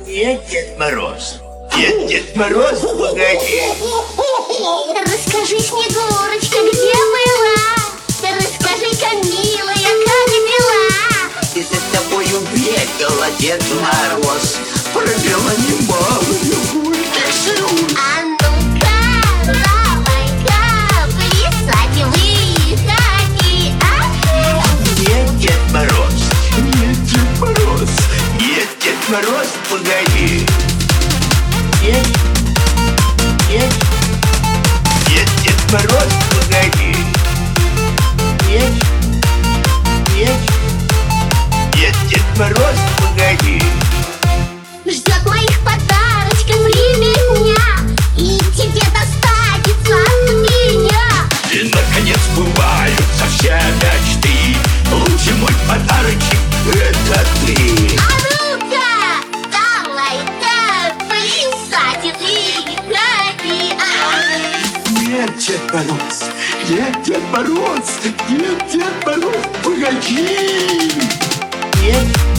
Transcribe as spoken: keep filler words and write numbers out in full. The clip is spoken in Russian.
Нет, Дед Мороз. Нет, Дед Мороз, погоди. Расскажи, Снегурочка, где была? Расскажи-ка, милая, как дела? И за тобою бегала, Дед Мороз, провела немалую гулькишь. А ну-ка, давай-ка плясать выходи, а? Нет, Дед Мороз. Нет, Дед Мороз. Нет, Дед Мороз, погоди. Нет, нет, нет, Дед Мороз, погоди. Нет, нет, нет, Дед Мороз, погоди. Ждет моих подарочков меня, и тебе достанется от меня. И наконец сбываются все мечты. Лучший мой подарочек — это ты. А ну-ка, давай-ка плясать выходи, а? Нет, Дед Мороз, нет, Дед Мороз, нет, Дед Мороз, погоди. Нет,